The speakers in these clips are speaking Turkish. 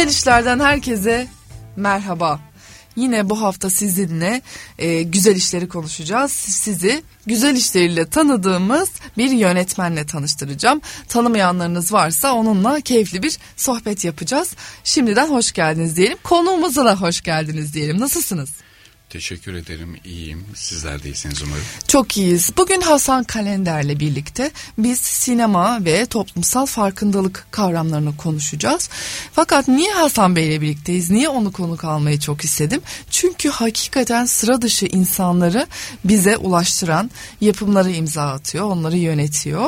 Güzel işlerden herkese merhaba. Yine bu hafta sizinle güzel işleri konuşacağız. Sizi güzel işleriyle tanıdığımız bir yönetmenle tanıştıracağım. Tanımayanlarınız varsa onunla keyifli bir sohbet yapacağız. Şimdiden hoş geldiniz diyelim. Konuğumuza da hoş geldiniz diyelim. Nasılsınız? Teşekkür ederim. İyiyim. Sizler de iyisiniz umarım. Çok iyiyiz. Bugün Hasan Kalender'le birlikte biz sinema ve toplumsal farkındalık kavramlarını konuşacağız. Fakat niye Hasan Bey'le birlikteyiz? Niye onu konuk almayı çok istedim? Çünkü hakikaten sıra dışı insanları bize ulaştıran yapımları imza atıyor, onları yönetiyor.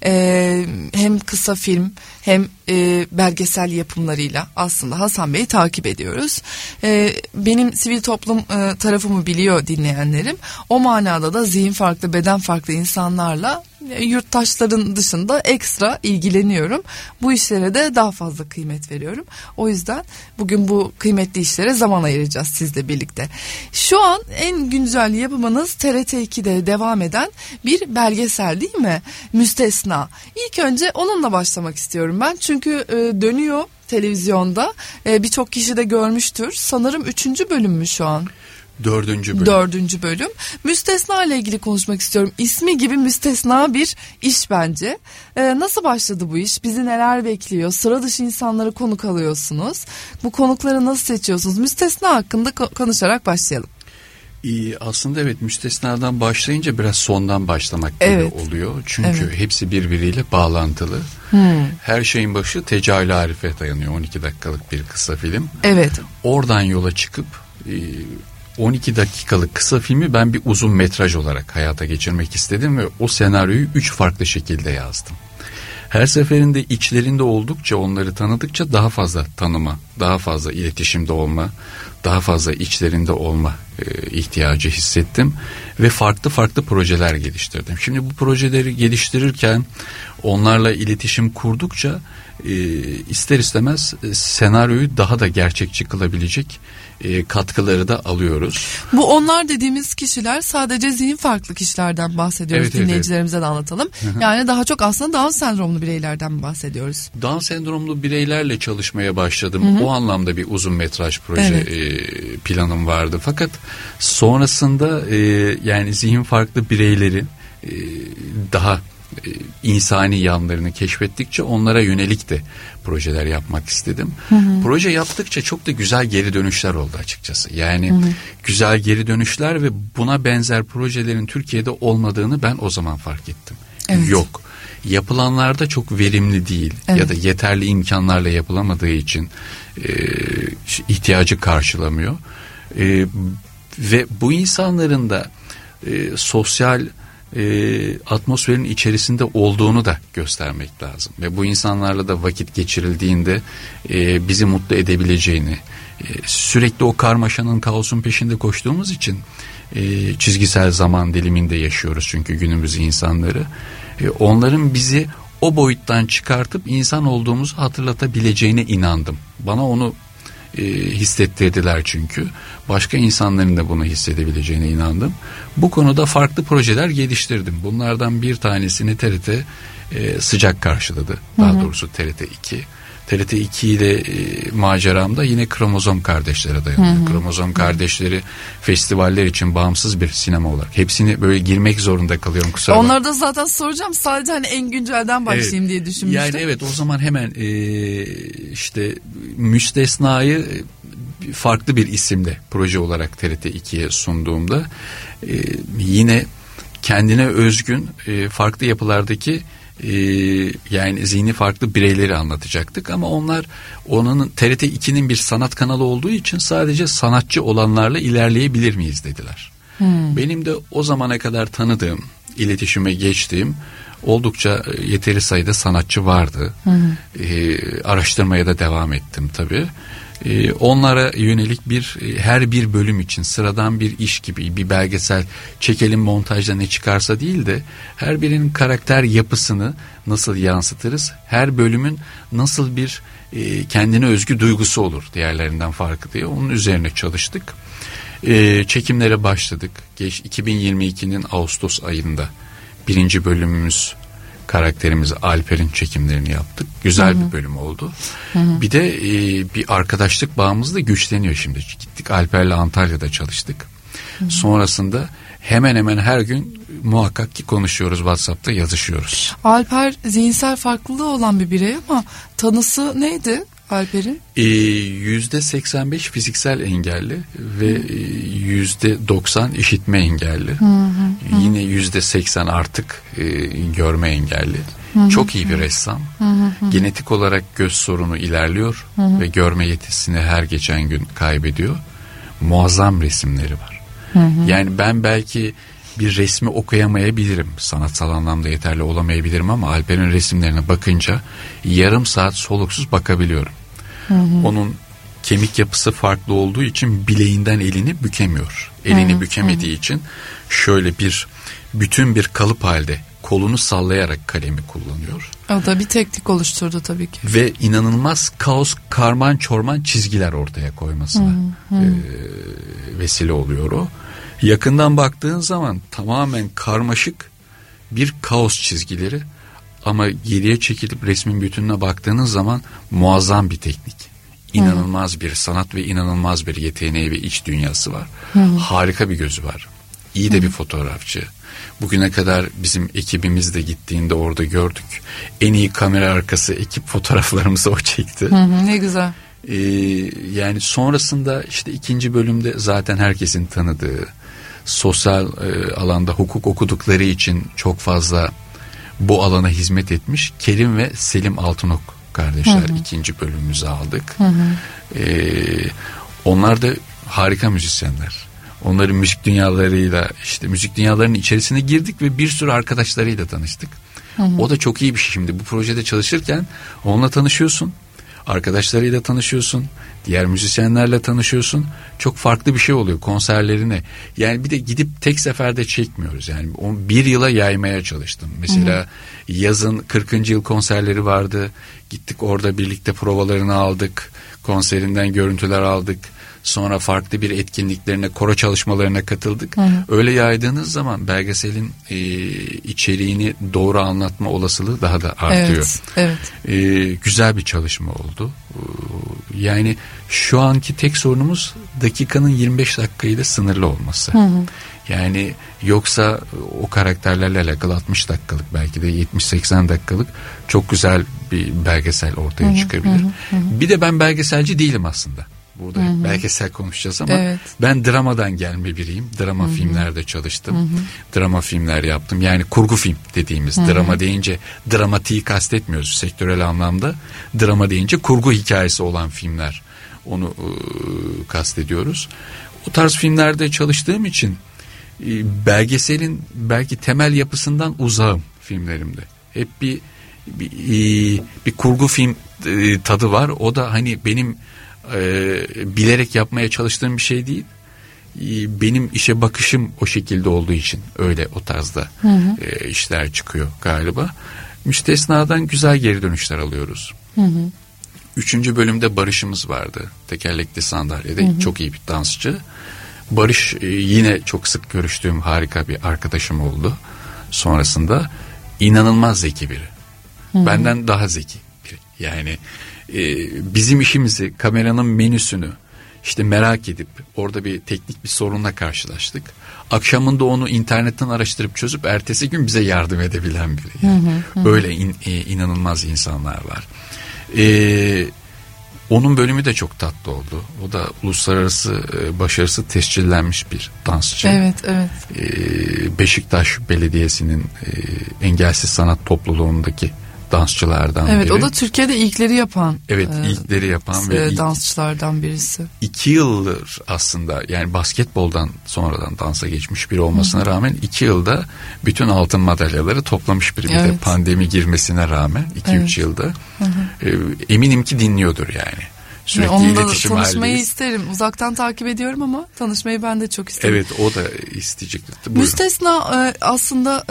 Hem kısa film hem belgesel yapımlarıyla aslında Hasan Bey'i takip ediyoruz. Benim sivil toplum tarafımı biliyor dinleyenlerim. O manada da zihin farklı, beden farklı insanlarla yurttaşların dışında ekstra ilgileniyorum. Bu işlere de daha fazla kıymet veriyorum. O yüzden bugün bu kıymetli işlere zaman ayıracağız sizle birlikte. Şu an en güncel yapımınız TRT 2'de devam eden bir belgesel değil mi? Müstesna. İlk önce onunla başlamak istiyorum ben. Çünkü dönüyor televizyonda. Birçok kişi de görmüştür. Sanırım 3. bölüm mü şu an? 4. bölüm. 4. bölüm. Müstesna ile ilgili konuşmak istiyorum. İsmi gibi müstesna bir iş bence. Nasıl başladı bu iş? Bizi neler bekliyor? Sıra dışı insanları konuk alıyorsunuz. Bu konukları nasıl seçiyorsunuz? Müstesna hakkında konuşarak başlayalım. Aslında evet, müstesnadan başlayınca biraz sondan başlamak gibi oluyor. Çünkü hepsi birbiriyle bağlantılı. Her şeyin başı Tecali Arif'e dayanıyor. 12 dakikalık bir kısa film. Evet. Oradan yola çıkıp 12 dakikalık kısa filmi ben bir uzun metraj olarak hayata geçirmek istedim ve o senaryoyu 3 farklı şekilde yazdım. Her seferinde içlerinde oldukça, onları tanıdıkça daha fazla tanıma, daha fazla iletişimde olma, daha fazla içlerinde olma ihtiyacı hissettim ve farklı farklı projeler geliştirdim. Şimdi bu projeleri geliştirirken, onlarla iletişim kurdukça ister istemez senaryoyu daha da gerçekçi kılabilecek katkıları da alıyoruz. Bu onlar dediğimiz kişiler sadece zihin farklı kişilerden bahsediyoruz. Evet, dinleyicilerimize de anlatalım. Yani daha çok aslında Down sendromlu bireylerden bahsediyoruz. Down sendromlu bireylerle çalışmaya başladım. O anlamda bir uzun metraj proje planım vardı. Fakat sonrasında yani zihin farklı bireylerin daha insani yanlarını keşfettikçe onlara yönelik de projeler yapmak istedim. Proje yaptıkça çok da güzel geri dönüşler oldu açıkçası. Yani güzel geri dönüşler ve buna benzer projelerin Türkiye'de olmadığını ben o zaman fark ettim. Evet. Yok. Yapılanlarda çok verimli değil ya da yeterli imkanlarla yapılamadığı için ihtiyacı karşılamıyor. Ve bu insanların da sosyal atmosferin içerisinde olduğunu da göstermek lazım. Ve bu insanlarla da vakit geçirildiğinde bizi mutlu edebileceğini, sürekli o karmaşanın, kaosun peşinde koştuğumuz için çizgisel zaman diliminde yaşıyoruz çünkü günümüz insanları. Onların bizi o boyuttan çıkartıp insan olduğumuzu hatırlatabileceğine inandım. Bana onu hissettirdiler çünkü. Başka insanların da bunu hissedebileceğine inandım. Bu konuda farklı projeler geliştirdim. Bunlardan bir tanesini TRT sıcak karşıladı. Daha doğrusu TRT 2. TRT 2 ile maceramda yine Kromozom Kardeşler'e dayanıyor. Kromozom Kardeşleri festivaller için bağımsız bir sinema olarak. Hepsini böyle girmek zorunda kalıyorum, kusura bakma. Onları da zaten soracağım. Sadece hani en güncelden başlayayım diye düşünmüştüm. Yani evet, o zaman hemen işte Müstesna'yı farklı bir isimle proje olarak TRT 2'ye sunduğumda yine kendine özgün farklı yapılardaki yani zihni farklı bireyleri anlatacaktık ama onlar onun TRT 2'nin bir sanat kanalı olduğu için sadece sanatçı olanlarla ilerleyebilir miyiz dediler. Benim de o zamana kadar tanıdığım, iletişime geçtiğim oldukça yeteri sayıda sanatçı vardı. Araştırmaya da devam ettim tabii. Onlara yönelik her bir bölüm için sıradan bir iş gibi bir belgesel çekelim, montajda ne çıkarsa değil de her birinin karakter yapısını nasıl yansıtırız, her bölümün nasıl bir kendine özgü duygusu olur diğerlerinden farklı diye onun üzerine çalıştık. Çekimlere başladık. 2022'nin Ağustos ayında birinci bölümümüz karakterimiz Alper'in çekimlerini yaptık. Güzel bir bölüm oldu. Bir de bir arkadaşlık bağımız da güçleniyor şimdi. Gittik Alper'le Antalya'da çalıştık. Sonrasında hemen hemen her gün muhakkak ki konuşuyoruz, WhatsApp'ta yazışıyoruz. Alper zihinsel farklılığı olan bir birey ama tanısı neydi Alper'in? %85 fiziksel engelli ve %90 işitme engelli. Yine %80 artık görme engelli. Çok iyi bir ressam. Genetik olarak göz sorunu ilerliyor ve görme yetisini her geçen gün kaybediyor. Muazzam resimleri var. Yani ben belki bir resmi okuyamayabilirim, sanatsal anlamda yeterli olamayabilirim ama Alper'in resimlerine bakınca yarım saat soluksuz bakabiliyorum. Onun kemik yapısı farklı olduğu için bileğinden elini bükemiyor. Elini bükemediği için şöyle bütün bir kalıp halde kolunu sallayarak kalemi kullanıyor. O da bir teknik oluşturdu tabii ki. Ve inanılmaz kaos, karman çorman çizgiler ortaya koymasına vesile oluyor o. Yakından baktığın zaman tamamen karmaşık bir kaos çizgileri ama geriye çekilip resmin bütününe baktığınız zaman muazzam bir teknik. İnanılmaz bir sanat ve inanılmaz bir yeteneği ve iç dünyası var. Harika bir gözü var. İyi de bir fotoğrafçı. Bugüne kadar bizim ekibimiz de gittiğinde orada gördük. En iyi kamera arkası ekip fotoğraflarımızı o çekti. Ne güzel. Yani sonrasında işte 2. bölümde zaten herkesin tanıdığı, sosyal alanda hukuk okudukları için çok fazla bu alana hizmet etmiş Kerim ve Selim Altınok kardeşler 2. bölümümüzü aldık. Onlar da harika müzisyenler. Onların müzik dünyalarıyla, işte müzik dünyalarının içerisine girdik ve bir sürü arkadaşlarıyla tanıştık. O da çok iyi bir şey. Şimdi bu projede çalışırken onunla tanışıyorsun, arkadaşlarıyla tanışıyorsun, diğer müzisyenlerle tanışıyorsun. Çok farklı bir şey oluyor konserlerine. Yani bir de gidip tek seferde çekmiyoruz. Yani onu bir yıla yaymaya çalıştım. Mesela yazın 40. yıl konserleri vardı. Gittik orada birlikte provalarını aldık. Konserinden görüntüler aldık. Sonra farklı bir etkinliklerine, koro çalışmalarına katıldık. Öyle yaydığınız zaman belgeselin içeriğini doğru anlatma olasılığı daha da artıyor. Evet. Güzel bir çalışma oldu. Yani şu anki tek sorunumuz dakikanın 25 dakikayla sınırlı olması. Yani yoksa o karakterlerle alakalı 60 dakikalık belki de 70-80 dakikalık çok güzel bir belgesel ortaya çıkabilir. Bir de ben belgeselci değilim aslında. Burada belgesel konuşacağız ama ben dramadan gelme biriyim. Drama filmlerde çalıştım. Drama filmler yaptım. Yani kurgu film dediğimiz drama deyince dramatiği kastetmiyoruz sektörel anlamda. Drama deyince kurgu hikayesi olan filmler. Onu kastediyoruz. O tarz filmlerde çalıştığım için belgeselin belki temel yapısından uzağım filmlerimde. Hep bir kurgu film tadı var. O da hani benim bilerek yapmaya çalıştığım bir şey değil. Benim işe bakışım o şekilde olduğu için öyle o tarzda işler çıkıyor galiba. Müstesnadan güzel geri dönüşler alıyoruz. 3. bölümde Barış'ımız vardı. Tekerlekli sandalyede çok iyi bir dansçı. Barış yine çok sık görüştüğüm harika bir arkadaşım oldu. Sonrasında inanılmaz zeki biri. Benden daha zeki biri. Yani bizim işimizi, kameranın menüsünü işte merak edip orada bir teknik bir sorunla karşılaştık. Akşamında onu internetten araştırıp çözüp ertesi gün bize yardım edebilen biri. Yani öyle inanılmaz insanlar var. Onun bölümü de çok tatlı oldu. O da uluslararası başarısı tescillenmiş bir dansçı. Evet. Beşiktaş Belediyesi'nin engelsiz sanat topluluğundaki dansçılardan biri. Evet, o da Türkiye'de ilkleri yapan. Evet, ilkleri yapan ve dansçılardan birisi. 2 yıldır aslında yani basketboldan sonradan dansa geçmiş biri olmasına rağmen 2 yılda bütün altın madalyaları toplamış biri. Bir de pandemi girmesine rağmen 2-3 yılda. Eminim ki dinliyordur yani. sürekli onunla iletişim tanışmayı halindeyiz. isterim. Uzaktan takip ediyorum ama tanışmayı ben de çok isterim. Evet, o da isteyecektir. Müstesna aslında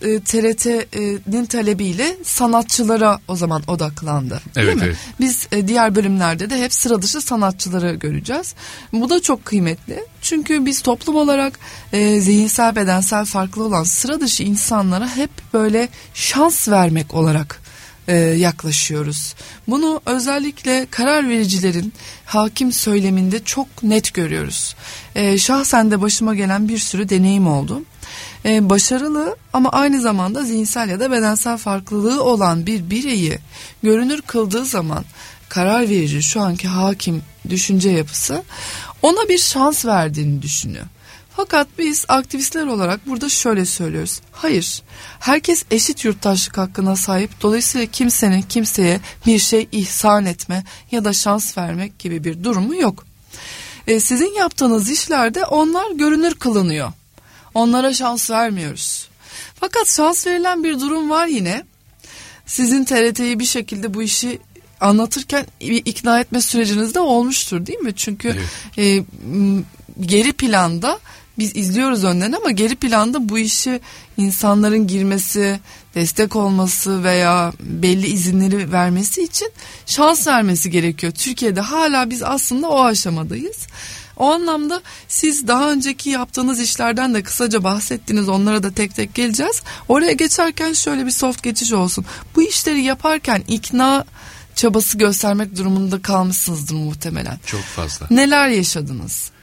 TRT'nin talebiyle sanatçılara o zaman odaklandı. Değil Evet, mi? evet. Biz diğer bölümlerde de hep sıra dışı sanatçıları göreceğiz. Bu da çok kıymetli. Çünkü biz toplum olarak zihinsel, bedensel farklı olan sıra dışı insanlara hep böyle şans vermek olarak yaklaşıyoruz. Bunu özellikle karar vericilerin hakim söyleminde çok net görüyoruz. Şahsen de başıma gelen bir sürü deneyim oldu. Başarılı ama aynı zamanda zihinsel ya da bedensel farklılığı olan bir bireyi görünür kıldığı zaman karar verici, şu anki hakim düşünce yapısı ona bir şans verdiğini düşünüyor. Fakat biz aktivistler olarak burada şöyle söylüyoruz. Hayır, herkes eşit yurttaşlık hakkına sahip. Dolayısıyla kimsenin kimseye bir şey ihsan etme ya da şans vermek gibi bir durumu yok. Sizin yaptığınız işlerde onlar görünür kılınıyor. Onlara şans vermiyoruz. Fakat şans verilen bir durum var yine. Sizin TRT'yi bir şekilde bu işi anlatırken bir ikna etme süreciniz de olmuştur değil mi? Çünkü evet, geri planda biz izliyoruz önden ama geri planda bu işi insanların girmesi, destek olması veya belli izinleri vermesi için şans vermesi gerekiyor. Türkiye'de hala biz aslında o aşamadayız. O anlamda siz daha önceki yaptığınız işlerden de kısaca bahsettiniz. Onlara da tek tek geleceğiz. Oraya geçerken şöyle bir soft geçiş olsun. Bu işleri yaparken ikna çabası göstermek durumunda kalmışsınızdır muhtemelen. Çok fazla. Neler yaşadınız?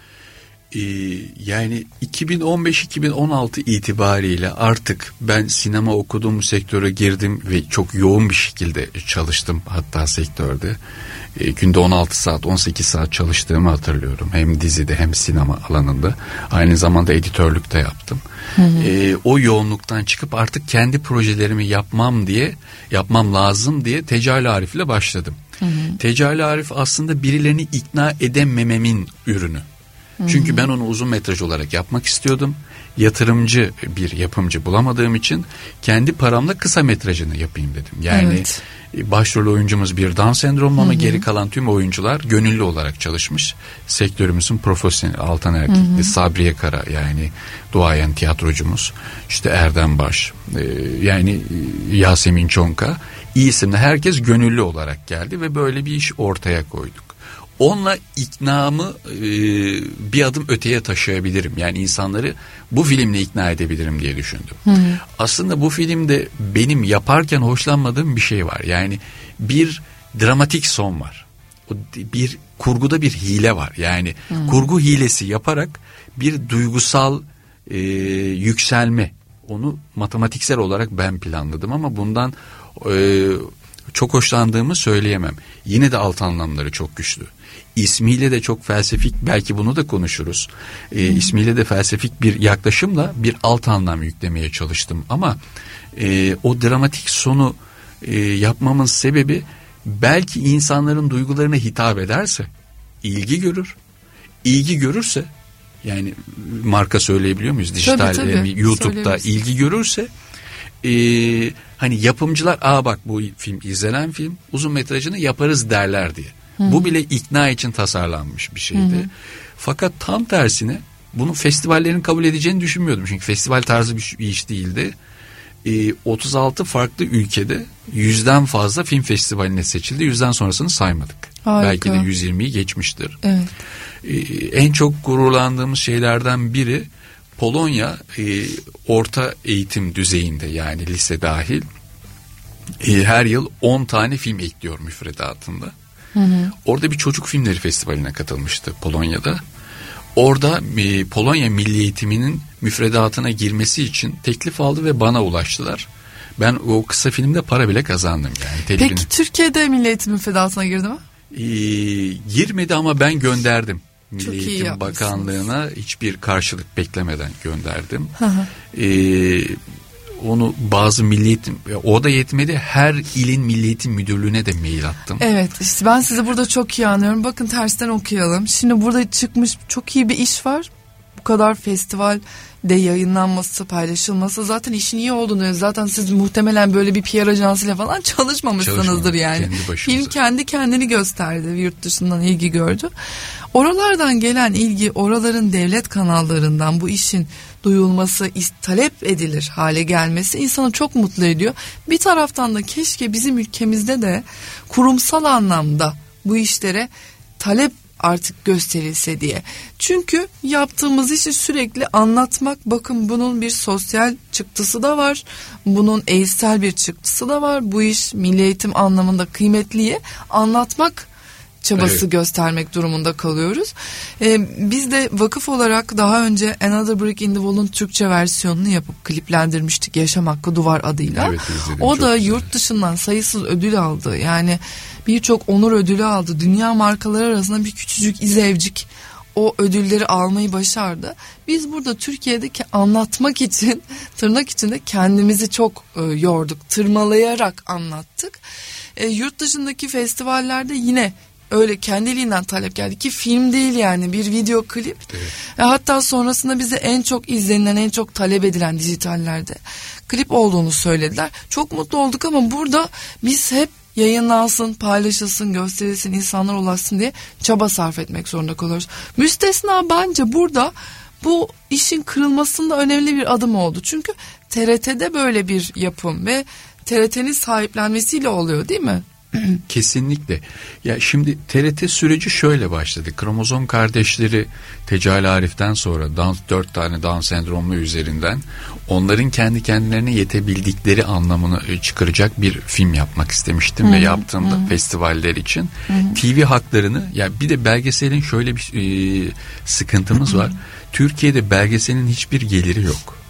Yani 2015-2016 itibariyle artık ben sinema okudum, sektöre girdim ve çok yoğun bir şekilde çalıştım hatta sektörde. Günde 16 saat 18 saat çalıştığımı hatırlıyorum. Hem dizide hem sinema alanında. Aynı zamanda editörlük de yaptım. O yoğunluktan çıkıp artık kendi projelerimi yapmam lazım diye Tecali Arif ile başladım. Tecali Arif aslında birilerini ikna edemememin ürünü. Çünkü ben onu uzun metraj olarak yapmak istiyordum. Yatırımcı bir yapımcı bulamadığım için kendi paramla kısa metrajını yapayım dedim. Yani evet, başrol oyuncumuz bir Down sendromlu ama geri kalan tüm oyuncular gönüllü olarak çalışmış. Sektörümüzün profesyonel Altan Erkekli, Sabriye Kara yani duayen tiyatrocumuz. İşte Erdem Baş, yani Yasemin Çonka, iyi isimli herkes gönüllü olarak geldi ve böyle bir iş ortaya koyduk. Onunla iknamı bir adım öteye taşıyabilirim. Yani insanları bu filmle ikna edebilirim diye düşündüm. Aslında bu filmde benim yaparken hoşlanmadığım bir şey var. Yani bir dramatik son var. Bir kurguda bir hile var. Yani kurgu hilesi yaparak bir duygusal yükselme. Onu matematiksel olarak ben planladım ama bundan çok hoşlandığımı söyleyemem. Yine de alt anlamları çok güçlü. İsmiyle de çok felsefik, belki bunu da konuşuruz. İsmiyle de felsefik bir yaklaşımla bir alt anlam yüklemeye çalıştım. Ama o dramatik sonu yapmamın sebebi belki insanların duygularına hitap ederse ilgi görür. İlgi görürse, yani marka söyleyebiliyor muyuz? Dijital tabii, YouTube'da ilgi görürse hani yapımcılar bak bu film izlenen film, uzun metrajını yaparız derler diye. Bu bile ikna için tasarlanmış bir şeydi. Fakat tam tersine bunu festivallerin kabul edeceğini düşünmüyordum. Çünkü festival tarzı bir iş değildi. 36 farklı ülkede 100'den fazla film festivaline seçildi. 100'den sonrasını saymadık. Harika. Belki de 120'yi geçmiştir. Evet. En çok gururlandığımız şeylerden biri Polonya orta eğitim düzeyinde, yani lise dahil her yıl 10 tane film ekliyor müfredatında. Orada bir çocuk filmleri festivaline katılmıştı Polonya'da. Orada Polonya Milli Eğitimi'nin müfredatına girmesi için teklif aldı ve bana ulaştılar. Ben o kısa filmde para bile kazandım yani. Peki Türkiye'de Milli Eğitim müfredatına girdi mi? Girmedi ama ben gönderdim. Milli Eğitim Bakanlığı'na hiçbir karşılık beklemeden gönderdim. Onu bazı milli eğitim, o da yetmedi, her ilin milli eğitim müdürlüğüne de mail attım. Evet, işte ben sizi burada çok iyi anlıyorum. Bakın tersten okuyalım. Şimdi burada çıkmış çok iyi bir iş var. kadar festivalde yayınlanması, paylaşılması zaten işin iyi olduğunu, zaten siz muhtemelen böyle bir PR ajansıyla falan çalışmamışsınızdır yani. Film kendi kendini gösterdi, yurt dışından ilgi gördü. Oralardan gelen ilgi, oraların devlet kanallarından bu işin duyulması, talep edilir hale gelmesi insanı çok mutlu ediyor. Bir taraftan da keşke bizim ülkemizde de kurumsal anlamda bu işlere talep artık gösterilse diye. Çünkü yaptığımız işi sürekli anlatmak, bakın bunun bir sosyal çıktısı da var. Bunun eğitsel bir çıktısı da var. Bu iş milli eğitim anlamında kıymetliye anlatmak çabası göstermek durumunda kalıyoruz. Biz de vakıf olarak daha önce Another Brick in the Wall'un Türkçe versiyonunu yapıp kliplendirmiştik, Yaşam Hakkı Duvar adıyla. Evet, o da yurt dışından sayısız ödül aldı. Yani birçok onur ödülü aldı. Dünya markaları arasında bir küçücük izevcik o ödülleri almayı başardı. Biz burada Türkiye'deki anlatmak için tırnak içinde kendimizi çok yorduk. Tırmalayarak anlattık. Yurt dışındaki festivallerde yine öyle kendiliğinden talep geldi ki film değil yani, bir video klip. Evet. Hatta sonrasında bize en çok izlenilen, en çok talep edilen dijitallerde klip olduğunu söylediler. Çok mutlu olduk ama burada biz hep yayınlansın, paylaşılsın, gösterilsin, insanlar ulaşsın diye çaba sarf etmek zorunda kalıyoruz. Müstesna bence burada bu işin kırılmasında önemli bir adım oldu. Çünkü TRT'de böyle bir yapım ve TRT'nin sahiplenmesiyle oluyor değil mi? Kesinlikle. Ya şimdi TRT süreci şöyle başladı. Kromozom kardeşleri Tecali Arif'ten sonra 4 tane Down sendromlu üzerinden onların kendi kendilerine yetebildikleri anlamını çıkaracak bir film yapmak istemiştim ve yaptığımda festivaller için TV haklarını, ya bir de belgeselin şöyle bir sıkıntımız var. Türkiye'de belgeselin hiçbir geliri yok.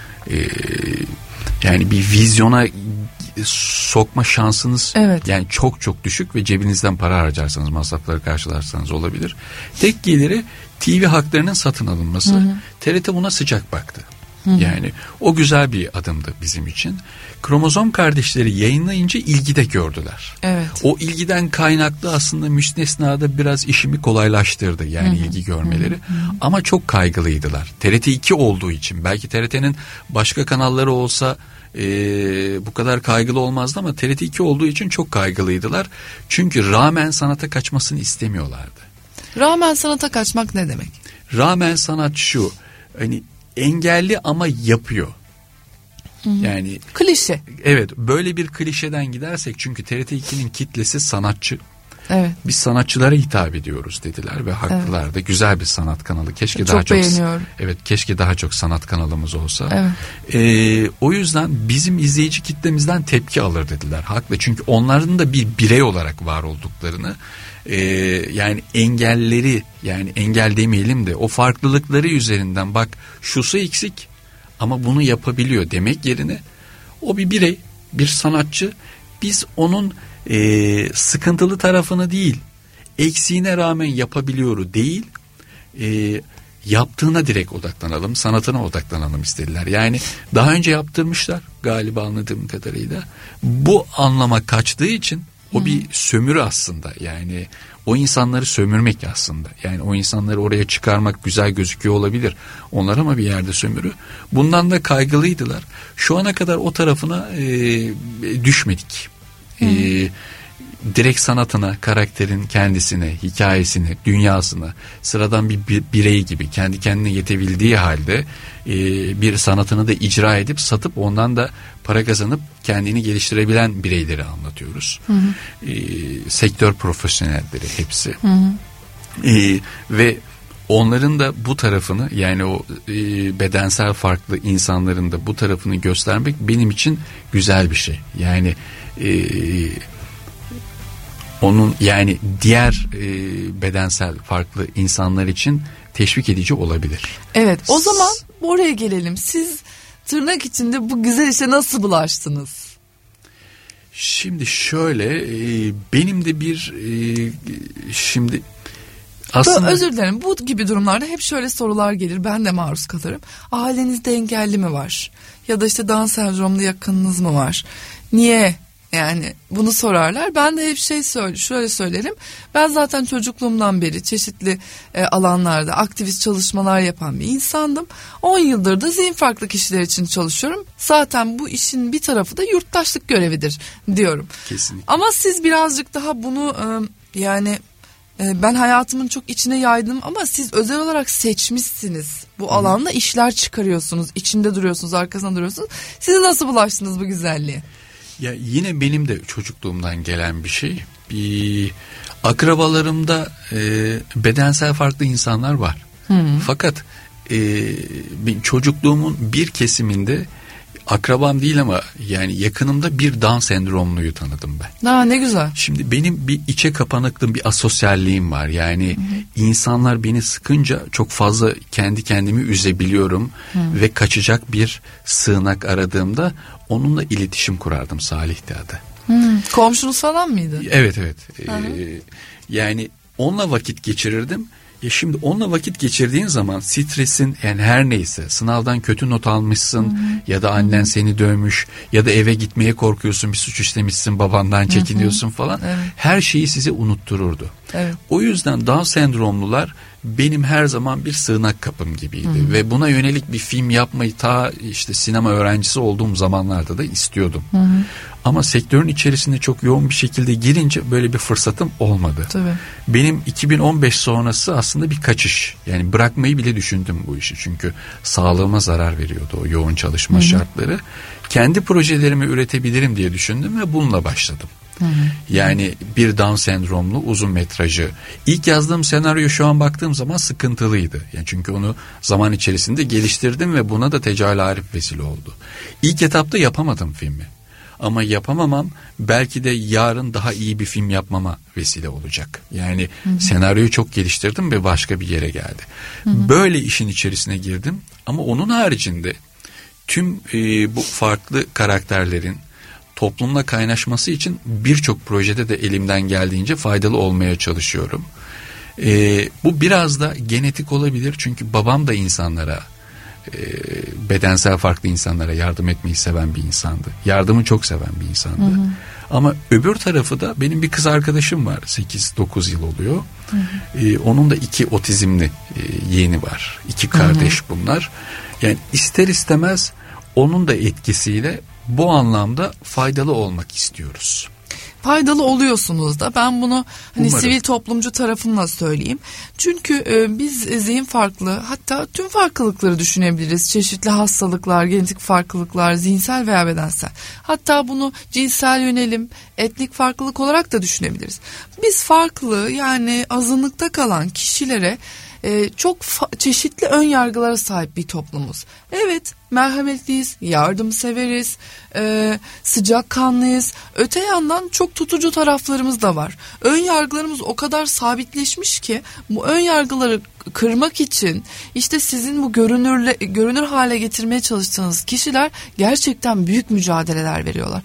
Yani bir vizyona sokma şansınız yani çok çok düşük ve cebinizden para harcarsanız, masrafları karşılarsanız olabilir. Tek geliri TV haklarının satın alınması. TRT buna sıcak baktı. Yani o güzel bir adımdı bizim için. Kromozom kardeşleri yayınlayınca ilgi de gördüler. Evet. O ilgiden kaynaklı aslında müstesnada biraz işimi kolaylaştırdı. Yani ilgi görmeleri. Ama çok kaygılıydılar. TRT 2 olduğu için. Belki TRT'nin başka kanalları olsa bu kadar kaygılı olmazdı ama TRT 2 olduğu için çok kaygılıydılar. Çünkü rağmen sanata kaçmasını istemiyorlardı. Rağmen sanata kaçmak ne demek? Rağmen sanat şu, hani engelli ama yapıyor. Yani klişe. Evet, böyle bir klişeden gidersek, çünkü TRT 2'nin kitlesi sanatçı. Evet. Biz sanatçılara hitap ediyoruz dediler ve haklılar da. Güzel bir sanat kanalı. Keşke çok daha çok beğeniyorum. Evet, keşke daha çok sanat kanalımız olsa. Evet. O yüzden bizim izleyici kitlemizden tepki alır dediler. Haklı, çünkü onların da bir birey olarak var olduklarını, yani engelleri, yani engel demeyelim de o farklılıkları üzerinden, bak şusu eksik ama bunu yapabiliyor demek yerine o bir birey, bir sanatçı. Biz onun sıkıntılı tarafını değil, eksiğine rağmen yapabiliyoru değil, yaptığına direkt odaklanalım, sanatına odaklanalım istediler. Yani daha önce yaptırmışlar galiba, anladığım kadarıyla. Bu anlama kaçtığı için o bir sömürü aslında. Yani o insanları sömürmek aslında. Yani o insanları oraya çıkarmak güzel gözüküyor olabilir onlar, ama bir yerde sömürü. Bundan da kaygılıydılar. Şu ana kadar o tarafına düşmedik. Direkt sanatına, karakterin kendisine, hikayesine, dünyasına, sıradan bir birey gibi kendi kendine yetebildiği halde bir sanatını da icra edip satıp ondan da para kazanıp kendini geliştirebilen bireyleri anlatıyoruz. Sektör profesyonelleri hepsi. Ve onların da bu tarafını, yani o bedensel farklı insanların da bu tarafını göstermek benim için güzel bir şey. Yani onun, yani diğer bedensel farklı insanlar için teşvik edici olabilir. Evet, o zaman oraya gelelim. Siz tırnak içinde bu güzel işe nasıl bulaştınız? Şimdi şöyle, benim de bir şimdi aslında... Özür dilerim, bu gibi durumlarda hep şöyle sorular gelir, ben de maruz kalırım. Ailenizde engelli mi var? Ya da işte Down sendromlu yakınınız mı var? Niye Yani bunu sorarlar. Ben de hep şöyle söylerim. Ben zaten çocukluğumdan beri çeşitli alanlarda aktivist çalışmalar yapan bir insandım. 10 yıldır da zihin farklı kişiler için çalışıyorum. Zaten bu işin bir tarafı da yurttaşlık görevidir diyorum. Kesinlikle. Ama siz birazcık daha bunu ben hayatımın çok içine yaydım ama siz özel olarak seçmişsiniz. Bu alanda işler çıkarıyorsunuz, içinde duruyorsunuz, arkasında duruyorsunuz. Siz nasıl bulaştınız bu güzelliğe? Ya yine benim de çocukluğumdan gelen bir şey. Bir akrabalarımda bedensel farklı insanlar var. Fakat çocukluğumun bir kesiminde akrabam değil ama yani yakınımda bir Down sendromluyu tanıdım ben. Ne güzel. Şimdi benim bir içe kapanıklığım, bir asosyalliğim var. Yani insanlar beni sıkınca çok fazla kendi kendimi üzebiliyorum ve kaçacak bir sığınak aradığımda onunla iletişim kurardım. Salih'ti adı. Komşunuz falan mıydı? Evet. Yani onunla vakit geçirirdim. Ya şimdi onunla vakit geçirdiğin zaman stresin yani her neyse sınavdan kötü not almışsın ya da annen seni dövmüş ya da eve gitmeye korkuyorsun, bir suç işlemişsin, babandan çekiniyorsun falan. Evet. Her şeyi size unuttururdu. Evet. O yüzden Down sendromlular benim her zaman bir sığınak kapım gibiydi ve buna yönelik bir film yapmayı ta işte sinema öğrencisi olduğum zamanlarda da istiyordum. Ama sektörün içerisinde çok yoğun bir şekilde girince böyle bir fırsatım olmadı. Tabii. Benim 2015 sonrası aslında bir kaçış. Yani bırakmayı bile düşündüm bu işi. Çünkü sağlığıma zarar veriyordu o yoğun çalışma şartları. Kendi projelerimi üretebilirim diye düşündüm ve bununla başladım. Yani bir Down sendromlu uzun metrajı. İlk yazdığım senaryo şu an baktığım zaman sıkıntılıydı. Yani çünkü onu zaman içerisinde geliştirdim ve buna da Tecali Arif vesile oldu. İlk etapta yapamadım filmi. Ama yapamamam belki de yarın daha iyi bir film yapmama vesile olacak. Yani senaryoyu çok geliştirdim ve başka bir yere geldi. Böyle işin içerisine girdim. Ama onun haricinde tüm bu farklı karakterlerin toplumla kaynaşması için birçok projede de elimden geldiğince faydalı olmaya çalışıyorum. Bu biraz da genetik olabilir. Çünkü babam da insanlara, bedensel farklı insanlara yardım etmeyi seven bir insandı. Yardımı çok seven bir insandı. Ama öbür tarafı da benim bir kız arkadaşım var. 8-9 yıl oluyor. Onun da 2 otizmli yeğeni var. 2 kardeş bunlar. Yani ister istemez onun da etkisiyle bu anlamda faydalı olmak istiyoruz. Faydalı oluyorsunuz da, ben bunu hani sivil toplumcu tarafımla söyleyeyim. Çünkü biz zihin farklı, hatta tüm farklılıkları düşünebiliriz. Çeşitli hastalıklar, genetik farklılıklar, zihinsel veya bedensel. Hatta bunu cinsel yönelim, etnik farklılık olarak da düşünebiliriz. Biz farklı, yani azınlıkta kalan kişilere çok çeşitli ön yargılara sahip bir toplumuz. Evet, merhametliyiz, yardımseveriz, sıcakkanlıyız. Öte yandan çok tutucu taraflarımız da var. Ön yargılarımız o kadar sabitleşmiş ki bu ön yargıları kırmak için işte sizin bu görünür hale getirmeye çalıştığınız kişiler gerçekten büyük mücadeleler veriyorlar.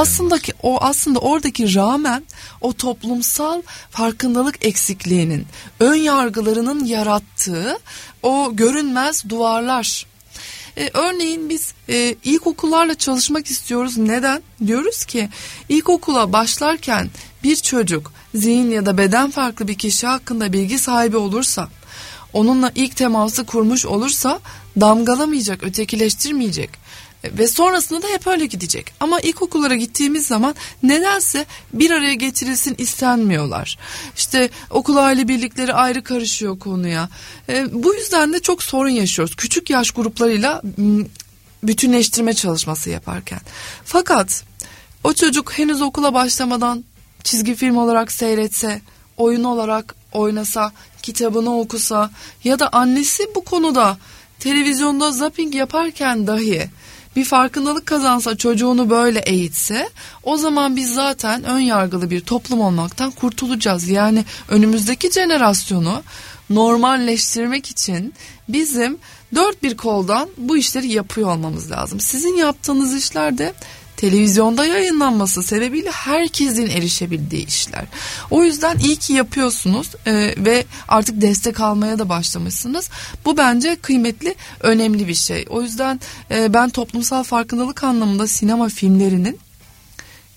Aslında oradaki rağmen o toplumsal farkındalık eksikliğinin, ön yargılarının yarattığı o görünmez duvarlar. Örneğin biz ilkokullarla çalışmak istiyoruz. Neden? Diyoruz ki ilkokula başlarken bir çocuk zihin ya da beden farklı bir kişi hakkında bilgi sahibi olursa, onunla ilk teması kurmuş olursa damgalamayacak, ötekileştirmeyecek. Ve sonrasında da hep öyle gidecek. Ama ilkokullara gittiğimiz zaman nedense bir araya getirilsin istenmiyorlar. İşte okul aile birlikleri ayrı karışıyor konuya. Bu yüzden de çok sorun yaşıyoruz. Küçük yaş gruplarıyla bütünleştirme çalışması yaparken. Fakat o çocuk henüz okula başlamadan çizgi film olarak seyretse, oyun olarak oynasa, kitabını okusa ya da annesi bu konuda televizyonda zapping yaparken dahi bir farkındalık kazansa, çocuğunu böyle eğitse, o zaman biz zaten ön yargılı bir toplum olmaktan kurtulacağız. Yani önümüzdeki jenerasyonu normalleştirmek için bizim dört bir koldan bu işleri yapıyor olmamız lazım. Sizin yaptığınız işler de televizyonda yayınlanması sebebiyle herkesin erişebildiği işler. O yüzden iyi ki yapıyorsunuz ve artık destek almaya da başlamışsınız. Bu bence kıymetli, önemli bir şey. O yüzden ben toplumsal farkındalık anlamında sinema filmlerinin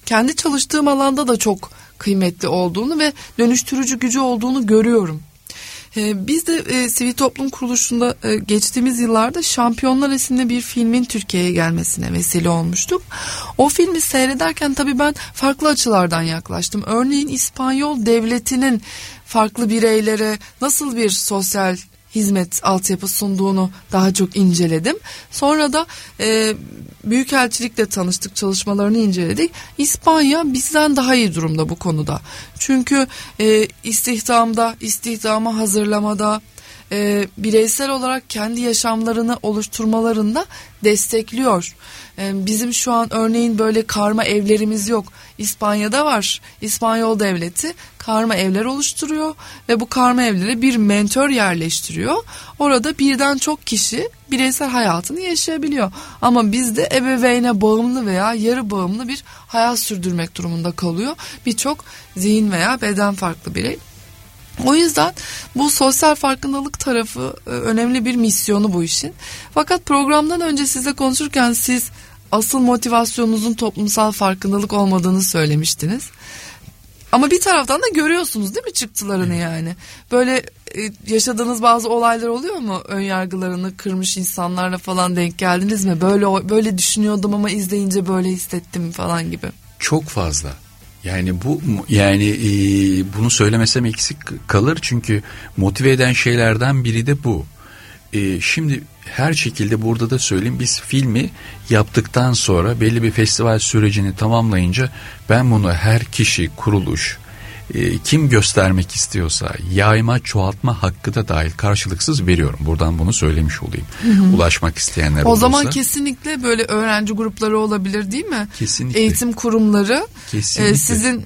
kendi çalıştığım alanda da çok kıymetli olduğunu ve dönüştürücü gücü olduğunu görüyorum. Biz de Sivil Toplum Kuruluşu'nda geçtiğimiz yıllarda Şampiyonlar isimli bir filmin Türkiye'ye gelmesine vesile olmuştuk. O filmi seyrederken tabii ben farklı açılardan yaklaştım. Örneğin İspanyol devletinin farklı bireylere nasıl bir sosyal hizmet altyapı sunduğunu daha çok inceledim. Sonra da Büyükelçilikle tanıştık, çalışmalarını inceledik. İspanya bizden daha iyi durumda bu konuda. Çünkü istihdama hazırlamada, bireysel olarak kendi yaşamlarını oluşturmalarında destekliyor. Bizim şu an örneğin böyle karma evlerimiz yok. İspanya'da var. İspanyol devleti karma evler oluşturuyor ve bu karma evlere bir mentör yerleştiriyor. Orada birden çok kişi bireysel hayatını yaşayabiliyor. Ama bizde ebeveyne bağımlı veya yarı bağımlı bir hayat sürdürmek durumunda kalıyor birçok zihin veya beden farklı birey. O yüzden bu sosyal farkındalık tarafı önemli bir misyonu bu işin. Fakat programdan önce sizle konuşurken siz asıl motivasyonunuzun toplumsal farkındalık olmadığını söylemiştiniz. Ama bir taraftan da görüyorsunuz değil mi çıktılarını yani? Böyle yaşadığınız bazı olaylar oluyor mu? Önyargılarını kırmış insanlarla falan denk geldiniz mi? Böyle düşünüyordum ama izleyince böyle hissettim falan gibi. Çok fazla. Yani bunu söylemesem eksik kalır çünkü motive eden şeylerden biri de bu. Şimdi her şekilde burada da söyleyeyim, biz filmi yaptıktan sonra belli bir festival sürecini tamamlayınca ben bunu her kişi, kuruluş, kim göstermek istiyorsa yayma, çoğaltma hakkı da dahil karşılıksız veriyorum. Buradan bunu söylemiş olayım. Ulaşmak isteyenler olursa. O zaman kesinlikle böyle öğrenci grupları olabilir değil mi? Kesinlikle. Eğitim kurumları. Kesinlikle. Sizin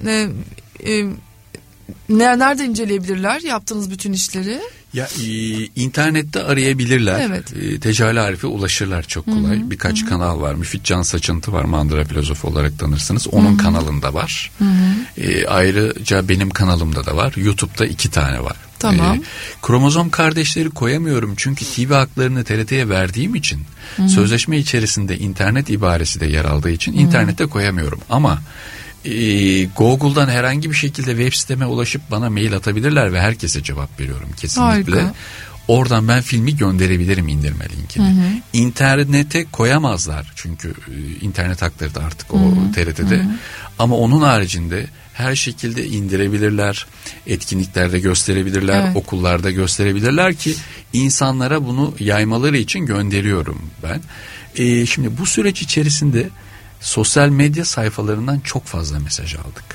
nerede inceleyebilirler yaptığınız bütün işleri? Ya internette arayabilirler. Evet. Tecali Arif'e ulaşırlar çok kolay. Birkaç kanal var. Müfit Can Saçıntı var. Mandıra filozofu olarak tanırsınız. Onun kanalında var. Ayrıca benim kanalımda da var. YouTube'da 2 tane var. Tamam. Kromozom kardeşleri koyamıyorum çünkü TV haklarını TRT'ye verdiğim için sözleşme içerisinde internet ibaresi de yer aldığı için internette koyamıyorum. Ama Google'dan herhangi bir şekilde web siteme ulaşıp bana mail atabilirler ve herkese cevap veriyorum kesinlikle. Harika. Oradan ben filmi gönderebilirim indirme linkini. İnternete koyamazlar çünkü internet hakları da artık o TRT'de. Ama onun haricinde her şekilde indirebilirler, etkinliklerde gösterebilirler, okullarda gösterebilirler ki insanlara bunu yaymaları için gönderiyorum ben. Şimdi bu süreç içerisinde sosyal medya sayfalarından çok fazla mesaj aldık.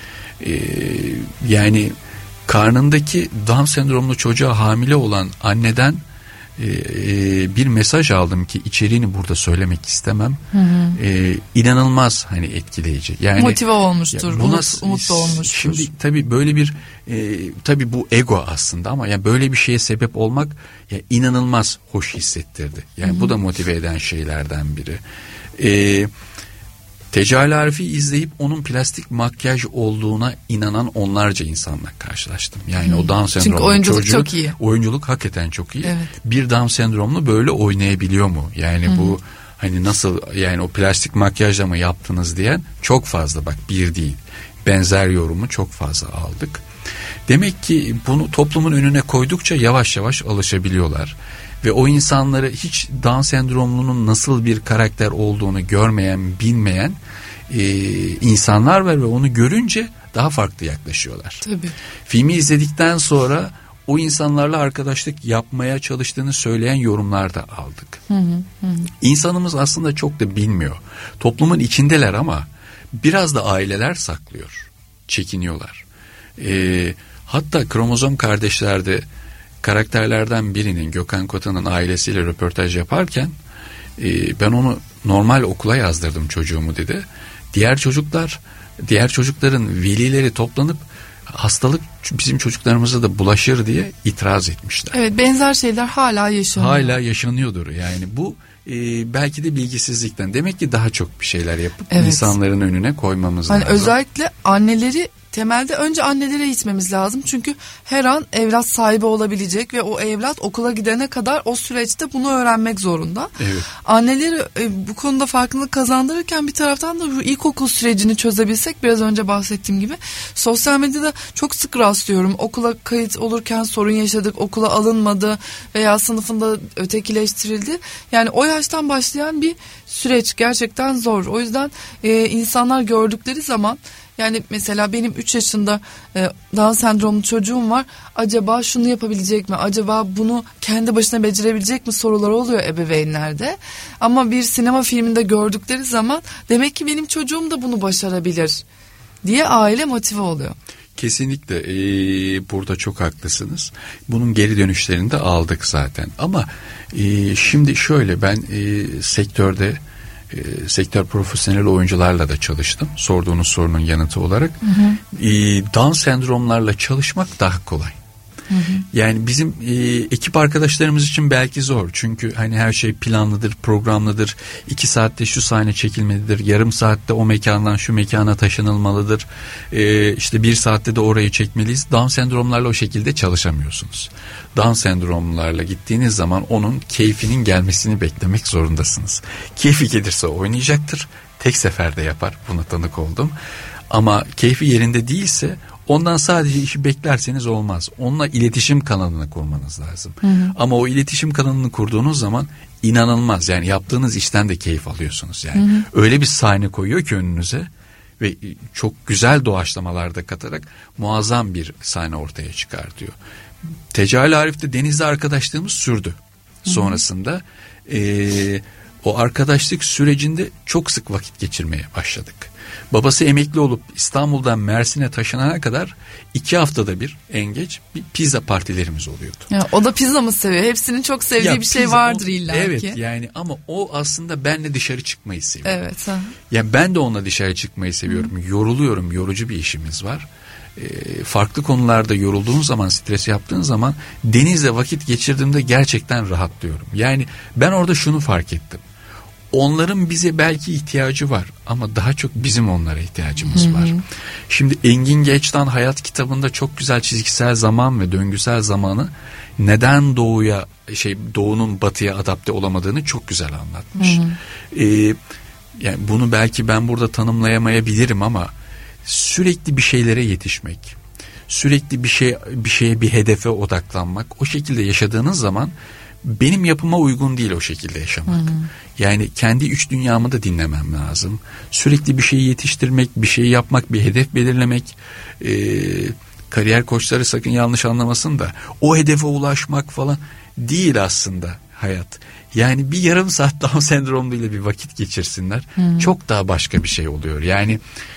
Yani karnındaki Down sendromlu çocuğa hamile olan anneden bir mesaj aldım ki içeriğini burada söylemek istemem. İnanılmaz hani etkileyici. Yani motive olmuştur, umutlu olmuştur. Şimdi tabii böyle bir tabii bu ego aslında ama yani böyle bir şeye sebep olmak ya inanılmaz hoş hissettirdi. Yani bu da motive eden şeylerden biri. Tecali Arif'i izleyip onun plastik makyaj olduğuna inanan onlarca insanla karşılaştım. Yani o Down sendromlu çünkü oyunculuk çocuğu, çok iyi. Oyunculuk hakikaten çok iyi. Evet. Bir Down sendromlu böyle oynayabiliyor mu? Yani bu hani nasıl yani o plastik makyajla mı yaptınız diyen çok fazla, bak bir değil. Benzer yorumu çok fazla aldık. Demek ki bunu toplumun önüne koydukça yavaş yavaş alışabiliyorlar. Ve o insanları hiç Down sendromlunun nasıl bir karakter olduğunu görmeyen, bilmeyen insanlar var ve onu görünce daha farklı yaklaşıyorlar. Tabii. Filmi izledikten sonra o insanlarla arkadaşlık yapmaya çalıştığını söyleyen yorumlar da aldık. İnsanımız aslında çok da bilmiyor. Toplumun içindeler ama biraz da aileler saklıyor, çekiniyorlar. Hatta Kromozom Kardeşler'de karakterlerden birinin, Gökhan Kotan'ın ailesiyle röportaj yaparken ben onu normal okula yazdırdım çocuğumu dedi. Diğer çocukların velileri toplanıp hastalık bizim çocuklarımıza da bulaşır diye itiraz etmişler. Evet, benzer şeyler hala yaşanıyor. Hala yaşanıyordur. Yani bu belki de bilgisizlikten. Demek ki daha çok bir şeyler yapıp insanların önüne koymamız lazım. Özellikle anneleri temelde önce annelere gitmemiz lazım. Çünkü her an evlat sahibi olabilecek ve o evlat okula gidene kadar o süreçte bunu öğrenmek zorunda. Evet. Anneleri bu konuda farkındalık kazandırırken bir taraftan da bu ilkokul sürecini çözebilsek, biraz önce bahsettiğim gibi sosyal medyada çok sık rastlıyorum. Okula kayıt olurken sorun yaşadık, okula alınmadı veya sınıfında ötekileştirildi. Yani o yaştan başlayan bir süreç gerçekten zor. O yüzden insanlar gördükleri zaman, yani mesela benim 3 yaşında Down sendromlu çocuğum var. Acaba şunu yapabilecek mi? Acaba bunu kendi başına becerebilecek mi? Sorular oluyor ebeveynlerde. Ama bir sinema filminde gördükleri zaman demek ki benim çocuğum da bunu başarabilir diye aile motive oluyor. Kesinlikle burada çok haklısınız. Bunun geri dönüşlerini de aldık zaten. Ama şimdi şöyle, ben sektör profesyonel oyuncularla da çalıştım. Sorduğunuz sorunun yanıtı olarak. Down sendromlarla çalışmak daha kolay. Yani bizim ekip arkadaşlarımız için belki zor. Çünkü hani her şey planlıdır, programlıdır. 2 saatte şu sahne çekilmelidir. Yarım saatte o mekandan şu mekana taşınılmalıdır. İşte 1 saatte de orayı çekmeliyiz. Down sendromlarla o şekilde çalışamıyorsunuz. Down sendromlarla gittiğiniz zaman onun keyfinin gelmesini beklemek zorundasınız. Keyfi gelirse oynayacaktır. Tek seferde yapar. Buna tanık oldum. Ama keyfi yerinde değilse ondan sadece işi beklerseniz olmaz. Onunla iletişim kanalını kurmanız lazım. Ama o iletişim kanalını kurduğunuz zaman inanılmaz, yani yaptığınız işten de keyif alıyorsunuz. Yani öyle bir sahne koyuyor ki önünüze ve çok güzel doğaçlamalarda katarak muazzam bir sahne ortaya çıkartıyor. Tecali Arif'te Deniz'le arkadaşlığımız sürdü. Sonrasında o arkadaşlık sürecinde çok sık vakit geçirmeye başladık. Babası emekli olup İstanbul'dan Mersin'e taşınana kadar 2 haftada bir en geç bir pizza partilerimiz oluyordu. Ya, o da pizza mı seviyor? Hepsinin çok sevdiği bir şey vardır illa ki. Evet, yani ama o aslında benle dışarı çıkmayı seviyor. Evet. Yani ben de onunla dışarı çıkmayı seviyorum. Yoruluyorum, yorucu bir işimiz var. Farklı konularda yorulduğun zaman, stres yaptığın zaman Deniz'le vakit geçirdiğimde gerçekten rahatlıyorum. Yani ben orada şunu fark ettim. Onların bize belki ihtiyacı var ama daha çok bizim onlara ihtiyacımız var. Şimdi Engin Geçtan Hayat kitabında çok güzel çizgisel zaman ve döngüsel zamanı neden doğunun batıya adapte olamadığını çok güzel anlatmış. Yani bunu belki ben burada tanımlayamayabilirim ama sürekli bir şeylere yetişmek, sürekli bir hedefe odaklanmak, o şekilde yaşadığınız zaman benim yapıma uygun değil o şekilde yaşamak. Yani kendi iç dünyamı da dinlemem lazım. Sürekli bir şeyi yetiştirmek, bir şey yapmak, bir hedef belirlemek. Kariyer koçları sakın yanlış anlamasın da o hedefe ulaşmak falan değil aslında hayat. Yani bir yarım saat Down sendromuyla bir vakit geçirsinler. Çok daha başka bir şey oluyor. Yani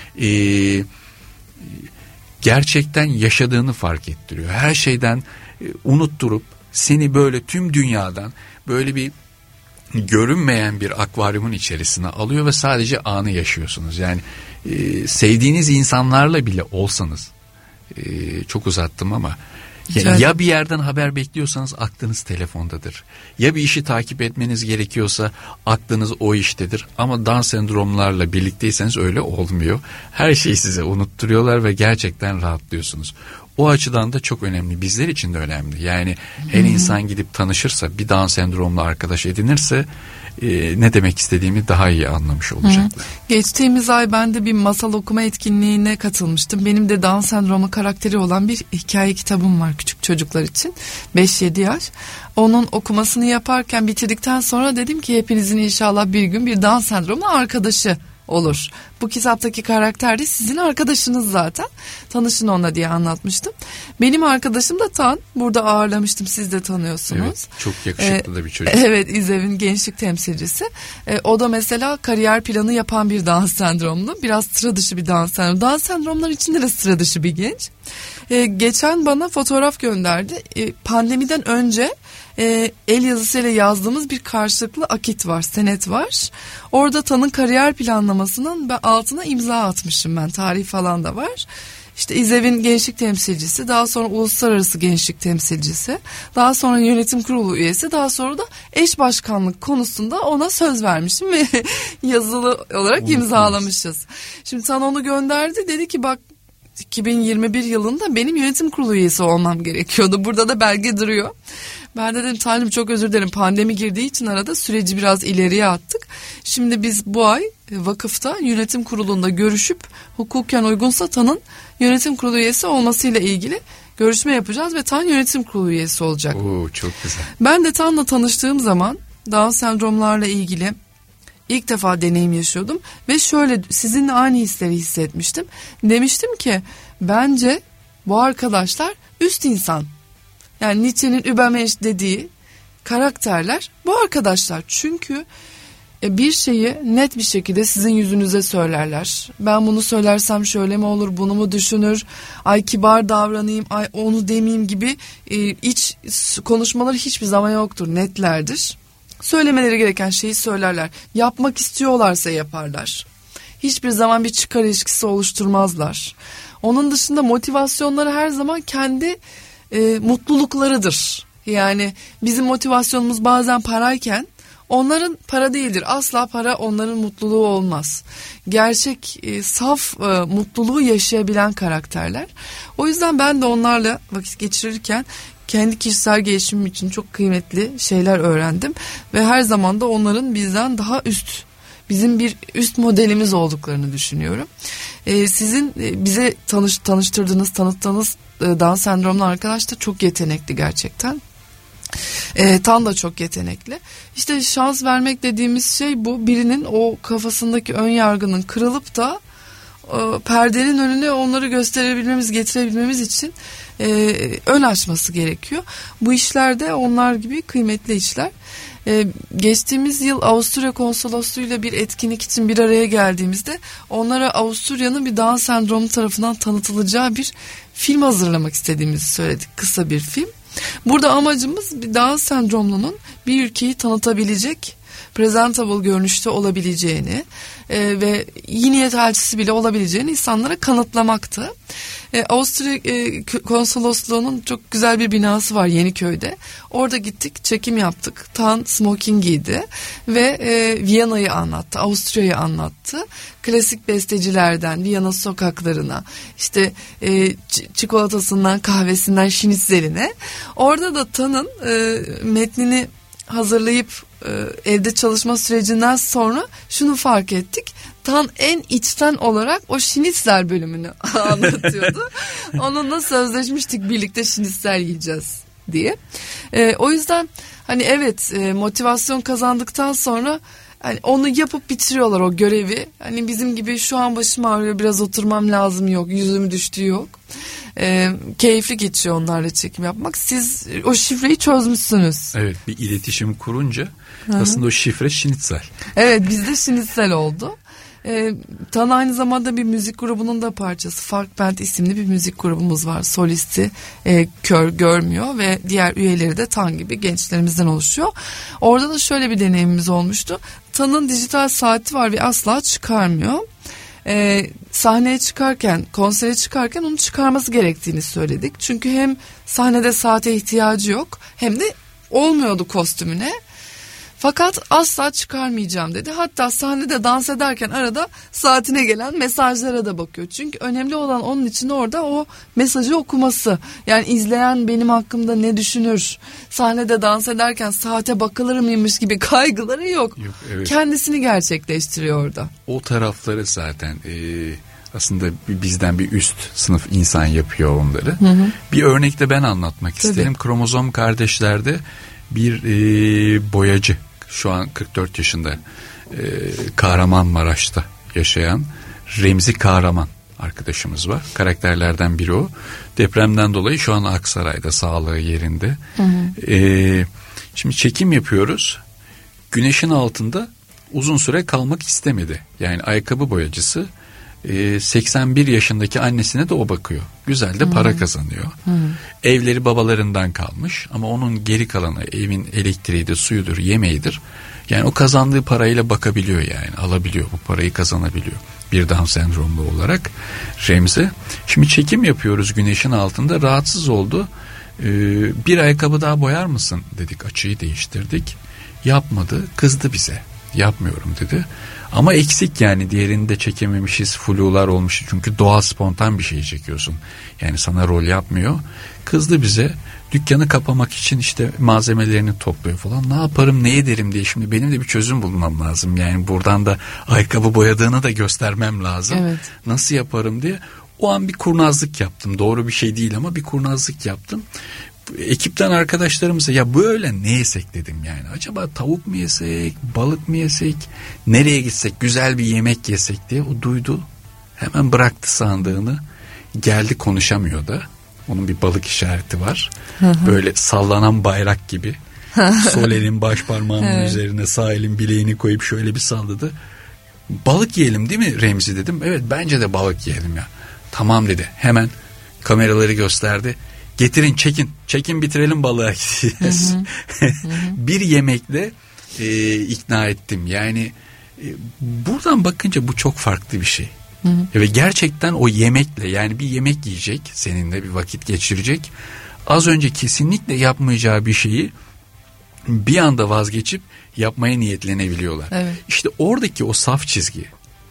gerçekten yaşadığını fark ettiriyor. Her şeyden unutturup seni böyle tüm dünyadan böyle bir görünmeyen bir akvaryumun içerisine alıyor ve sadece anı yaşıyorsunuz. Yani sevdiğiniz insanlarla bile olsanız, çok uzattım ama ya bir yerden haber bekliyorsanız aklınız telefondadır. Ya bir işi takip etmeniz gerekiyorsa aklınız o iştedir. Ama Down sendromlarla birlikteyseniz öyle olmuyor. Her şeyi size unutturuyorlar ve gerçekten rahatlıyorsunuz. O açıdan da çok önemli. Bizler için de önemli. Yani her insan gidip tanışırsa, bir Down sendromlu arkadaş edinirse ne demek istediğimi daha iyi anlamış olacaklar. Geçtiğimiz ay ben de bir masal okuma etkinliğine katılmıştım. Benim de Down sendromu karakteri olan bir hikaye kitabım var küçük çocuklar için. 5-7 yaş. Onun okumasını yaparken bitirdikten sonra dedim ki hepinizin inşallah bir gün bir Down sendromu arkadaşı olur. Bu kitaptaki karakter de sizin arkadaşınız zaten. Tanışın onunla diye anlatmıştım. Benim arkadaşım da Tan. Burada ağırlamıştım. Siz de tanıyorsunuz. Evet, çok yakışıklı da bir çocuk. Evet, İzev'in gençlik temsilcisi. O da mesela kariyer planı yapan bir Down sendromlu. Biraz sıra dışı bir Down sendromu. Down sendromlar içinde de sıra dışı bir genç. Geçen bana fotoğraf gönderdi. Pandemiden önce el yazısıyla yazdığımız bir karşılıklı akit var, senet var. Orada Tan'ın kariyer planlamasının altına imza atmışım ben. Tarih falan da var. İşte İzev'in gençlik temsilcisi, daha sonra uluslararası gençlik temsilcisi, daha sonra yönetim kurulu üyesi, daha sonra da eş başkanlık konusunda ona söz vermişim ve yazılı olarak imzalamışız. Şimdi Tan onu gönderdi, dedi ki bak 2021 yılında benim yönetim kurulu üyesi olmam gerekiyordu. Burada da belge duruyor. Ben de dedim Tanrım çok özür dilerim, pandemi girdiği için arada süreci biraz ileriye attık. Şimdi biz bu ay vakıfta yönetim kurulunda görüşüp hukuken uygunsa TAN'ın yönetim kurulu üyesi olmasıyla ilgili görüşme yapacağız ve TAN yönetim kurulu üyesi olacak. Oo, çok güzel. Ben de TAN'la tanıştığım zaman Down sendromlarla ilgili ilk defa deneyim yaşıyordum ve şöyle sizinle aynı hisleri hissetmiştim. Demiştim ki bence bu arkadaşlar üst insan. Yani Nietzsche'nin Übermensch dediği karakterler bu arkadaşlar. Çünkü bir şeyi net bir şekilde sizin yüzünüze söylerler. Ben bunu söylersem şöyle mi olur, bunu mu düşünür, ay kibar davranayım, ay onu demeyeyim gibi iç konuşmaları hiçbir zaman yoktur, netlerdir. Söylemeleri gereken şeyi söylerler. Yapmak istiyorlarsa yaparlar. Hiçbir zaman bir çıkar ilişkisi oluşturmazlar. Onun dışında motivasyonları her zaman kendi mutluluklarıdır. Yani bizim motivasyonumuz bazen parayken onların para değildir. Asla para onların mutluluğu olmaz. Gerçek saf mutluluğu yaşayabilen karakterler. O yüzden ben de onlarla vakit geçirirken kendi kişisel gelişimim için çok kıymetli şeyler öğrendim. Ve her zaman da onların bizden daha üst, bizim bir üst modelimiz olduklarını düşünüyorum. Sizin bize tanıştırdığınız, tanıttığınız Down sendromlu arkadaş da çok yetenekli gerçekten. Tan da çok yetenekli. İşte şans vermek dediğimiz şey bu. Birinin o kafasındaki ön yargının kırılıp da perdenin önüne onları gösterebilmemiz, getirebilmemiz için ön açması gerekiyor. Bu işler de onlar gibi kıymetli işler. Geçtiğimiz yıl Avusturya Konsolosluğu'yla bir etkinlik için bir araya geldiğimizde onlara Avusturya'nın bir Down sendromu tarafından tanıtılacağı bir film hazırlamak istediğimizi söyledik. Kısa bir film. Burada amacımız bir Down sendromlunun bir ülkeyi tanıtabilecek, presentable görünüşte olabileceğini ve iyi niyet elçisi bile olabileceğini insanlara kanıtlamaktı. Avusturya Konsolosluğu'nun çok güzel bir binası var Yeniköy'de. Orada gittik, çekim yaptık. Tan smoking giydi ve Viyana'yı anlattı, Avusturya'yı anlattı. Klasik bestecilerden Viyana sokaklarına, işte çikolatasından, kahvesinden, şinitzeline. Orada da Tan'ın metnini hazırlayıp evde çalışma sürecinden sonra şunu fark ettik. Tan en içten olarak o şinitzel bölümünü anlatıyordu. Onunla sözleşmiştik, birlikte şinitzel yiyeceğiz diye. O yüzden hani evet, motivasyon kazandıktan sonra hani onu yapıp bitiriyorlar o görevi. Hani bizim gibi şu an başım ağrıyor, biraz oturmam lazım yok, yüzüm düştü yok. Keyifli geçiyor onlarla çekim yapmak. Siz o şifreyi çözmüşsünüz. Evet, bir iletişim kurunca aslında o şifre şinitzel. Evet, bizde şinitzel oldu. Tan aynı zamanda bir müzik grubunun da parçası. Fark Band isimli bir müzik grubumuz var. Solisti kör görmüyor ve diğer üyeleri de Tan gibi gençlerimizden oluşuyor. Orada da şöyle bir deneyimimiz olmuştu. Tan'ın dijital saati var ve asla çıkarmıyor. Sahneye çıkarken, konsere çıkarken onu çıkarması gerektiğini söyledik. Çünkü hem sahnede saate ihtiyacı yok, hem de olmuyordu kostümüne. Fakat asla çıkarmayacağım dedi. Hatta sahnede dans ederken arada saatine gelen mesajlara da bakıyor. Çünkü önemli olan onun için orada o mesajı okuması. Yani izleyen benim hakkımda ne düşünür? Sahnede dans ederken saate bakılır mıymış gibi kaygıları yok. Evet. Kendisini gerçekleştiriyor orada. O tarafları zaten aslında bizden bir üst sınıf insan yapıyor onları. Hı hı. Bir örnek de ben anlatmak isterim. Kromozom Kardeşler'de bir boyacı, şu an 44 yaşında, Kahramanmaraş'ta yaşayan Remzi Kahraman arkadaşımız var. Karakterlerden biri o. Depremden dolayı şu an Aksaray'da, sağlığı yerinde. Hı hı. Şimdi çekim yapıyoruz. Güneşin altında uzun süre kalmak istemedi. Yani ayakkabı boyacısı. 81 yaşındaki annesine de o bakıyor. Güzel de para kazanıyor. Evleri babalarından kalmış ama onun geri kalanı, evin elektriğidir, suyudur, yemeğidir. Yani o kazandığı parayla bakabiliyor, yani alabiliyor, bu parayı kazanabiliyor. Bir Down sendromlu olarak Remzi. Şimdi çekim yapıyoruz güneşin altında, rahatsız oldu. Bir ayakkabı daha boyar mısın dedik, açıyı değiştirdik. Yapmadı, kızdı bize. Yapmıyorum dedi. Ama eksik yani, diğerini de çekememişiz, flular olmuş çünkü doğal spontan bir şey çekiyorsun. Yani sana rol yapmıyor. Kızdı bize, dükkanı kapamak için işte malzemelerini topluyor falan. Ne yaparım ne ederim diye, şimdi benim de bir çözüm bulmam lazım. Yani buradan da ayakkabı boyadığını da göstermem lazım. Evet. Nasıl yaparım diye. O an bir kurnazlık yaptım. Doğru bir şey değil ama bir kurnazlık yaptım. Ekipten arkadaşlarımıza ya böyle ne yesek dedim yani. Acaba tavuk mu yesek, balık mı yesek, nereye gitsek, güzel bir yemek yesek diye. O duydu. Hemen bıraktı sandığını. Geldi, konuşamıyor da. Onun bir balık işareti var. Böyle sallanan bayrak gibi. Sol elin baş parmağının üzerine sağ elin bileğini koyup şöyle bir salladı. Balık yiyelim değil mi Remzi dedim. Evet bence de balık yiyelim ya. Tamam dedi. Hemen kameraları gösterdi. Getirin, çekin bitirelim, balığa gideceğiz. Bir yemekle ikna ettim. Yani buradan bakınca bu çok farklı bir şey. Ve gerçekten o yemekle, yani bir yemek yiyecek, seninle bir vakit geçirecek. Az önce kesinlikle yapmayacağı bir şeyi bir anda vazgeçip yapmaya niyetlenebiliyorlar. Evet. İşte oradaki o saf çizgi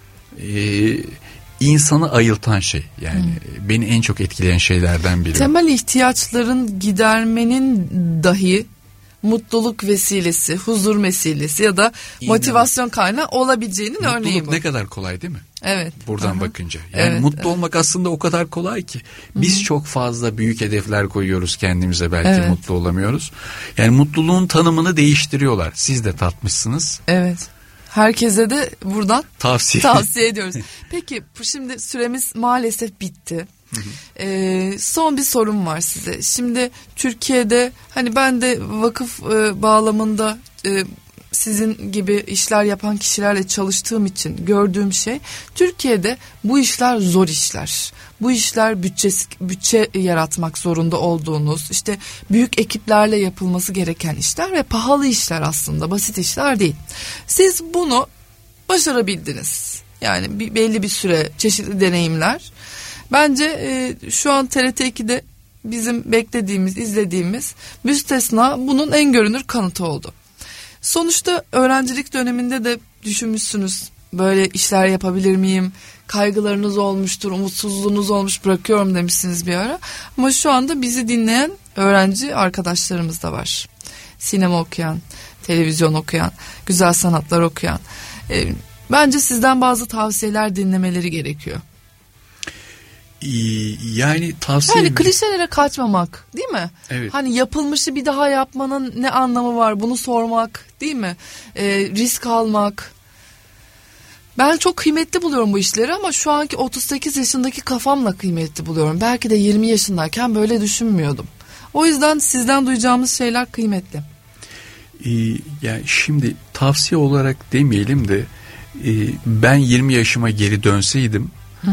insanı ayıltan şey. Yani beni en çok etkileyen şeylerden biri. Temel ihtiyaçların gidermenin dahi mutluluk vesilesi, huzur vesilesi ya da motivasyon kaynağı olabileceğinin mutluluk örneği bu. Mutluluk ne kadar kolay değil mi? Evet. Buradan bakınca. Yani mutlu olmak aslında o kadar kolay ki. Biz çok fazla büyük hedefler koyuyoruz kendimize, belki mutlu olamıyoruz. Yani mutluluğun tanımını değiştiriyorlar. Siz de tatmışsınız. Evet. Herkese de buradan tavsiye ediyoruz. Peki şimdi süremiz maalesef bitti. Son bir sorum var size. Şimdi Türkiye'de hani ben de vakıf bağlamında sizin gibi işler yapan kişilerle çalıştığım için gördüğüm şey, Türkiye'de bu işler zor işler. Bu işler bütçe yaratmak zorunda olduğunuz, işte büyük ekiplerle yapılması gereken işler ve pahalı işler aslında, basit işler değil. Siz bunu başarabildiniz. Yani belli bir süre, çeşitli deneyimler. Bence şu an TRT 2'de bizim beklediğimiz, izlediğimiz Müstesna bunun en görünür kanıtı oldu. Sonuçta öğrencilik döneminde de düşünmüşsünüz, böyle işler yapabilir miyim? Kaygılarınız olmuştur, umutsuzluğunuz olmuş, bırakıyorum demişsiniz bir ara. Ama şu anda bizi dinleyen öğrenci arkadaşlarımız da var. Sinema okuyan, televizyon okuyan, güzel sanatlar okuyan. Bence sizden bazı tavsiyeler dinlemeleri gerekiyor. Yani tavsiye... Yani klişelere kaçmamak, değil mi? Evet. Hani yapılmışı bir daha yapmanın ne anlamı var? Bunu sormak, değil mi? Risk almak. Ben çok kıymetli buluyorum bu işleri ama şu anki 38 yaşındaki kafamla kıymetli buluyorum. Belki de 20 yaşındayken böyle düşünmüyordum. O yüzden sizden duyacağımız şeyler kıymetli. Yani şimdi tavsiye olarak demeyelim de ben 20 yaşıma geri dönseydim,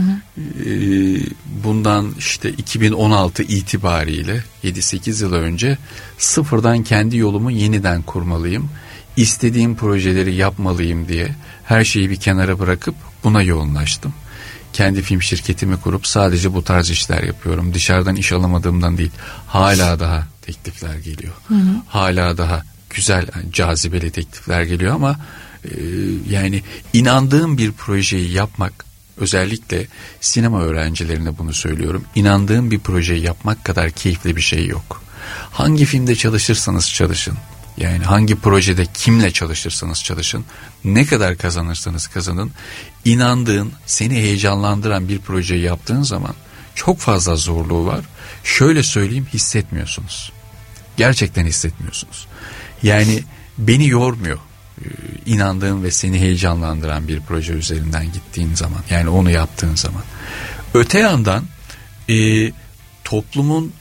bundan işte 2016 itibariyle 7-8 yıl önce sıfırdan kendi yolumu yeniden kurmalıyım, İstediğim projeleri yapmalıyım diye her şeyi bir kenara bırakıp buna yoğunlaştım. Kendi film şirketimi kurup sadece bu tarz işler yapıyorum. Dışarıdan iş alamadığımdan değil, hala daha teklifler geliyor. Hala daha güzel, cazibeli teklifler geliyor ama yani inandığım bir projeyi yapmak, özellikle sinema öğrencilerine bunu söylüyorum, İnandığım bir projeyi yapmak kadar keyifli bir şey yok. Hangi filmde çalışırsanız çalışın, yani hangi projede kimle çalışırsanız çalışın, ne kadar kazanırsanız kazanın, inandığın, seni heyecanlandıran bir projeyi yaptığın zaman çok fazla zorluğu var. Şöyle söyleyeyim, hissetmiyorsunuz. Gerçekten hissetmiyorsunuz. Yani beni yormuyor. İnandığın ve seni heyecanlandıran bir proje üzerinden gittiğin zaman, yani onu yaptığın zaman. Öte yandan toplumun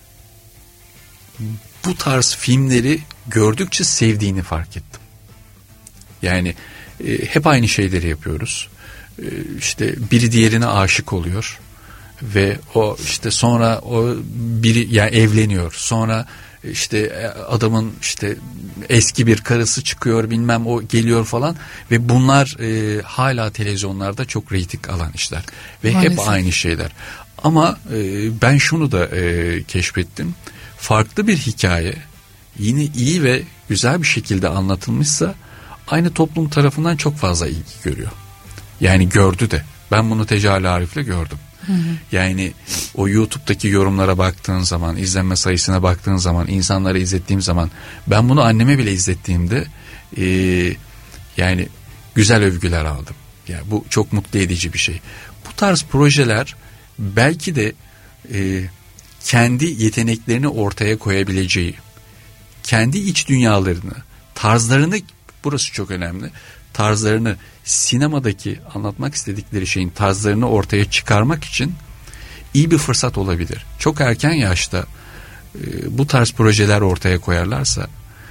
bu tarz filmleri gördükçe sevdiğini fark ettim. Yani hep aynı şeyleri yapıyoruz. İşte biri diğerine aşık oluyor ve o işte sonra o biri yani evleniyor. Sonra işte adamın işte eski bir karısı çıkıyor, bilmem o geliyor falan ve bunlar hala televizyonlarda çok reyting alan işler ve maalesef hep aynı şeyler. Ama ben şunu da keşfettim. Farklı bir hikaye yine iyi ve güzel bir şekilde anlatılmışsa aynı toplum tarafından çok fazla ilgi görüyor. Yani gördü de. Ben bunu Tecali Arif'le gördüm. Yani o YouTube'daki yorumlara baktığın zaman, izlenme sayısına baktığın zaman, insanlara izlettiğim zaman, ben bunu anneme bile izlettiğimde yani güzel övgüler aldım. Yani bu çok mutlu edici bir şey. Bu tarz projeler belki de kendi yeteneklerini ortaya koyabileceği, kendi iç dünyalarını, tarzlarını, burası çok önemli, tarzlarını, sinemadaki anlatmak istedikleri şeyin tarzlarını ortaya çıkarmak için iyi bir fırsat olabilir. Çok erken yaşta bu tarz projeler ortaya koyarlarsa,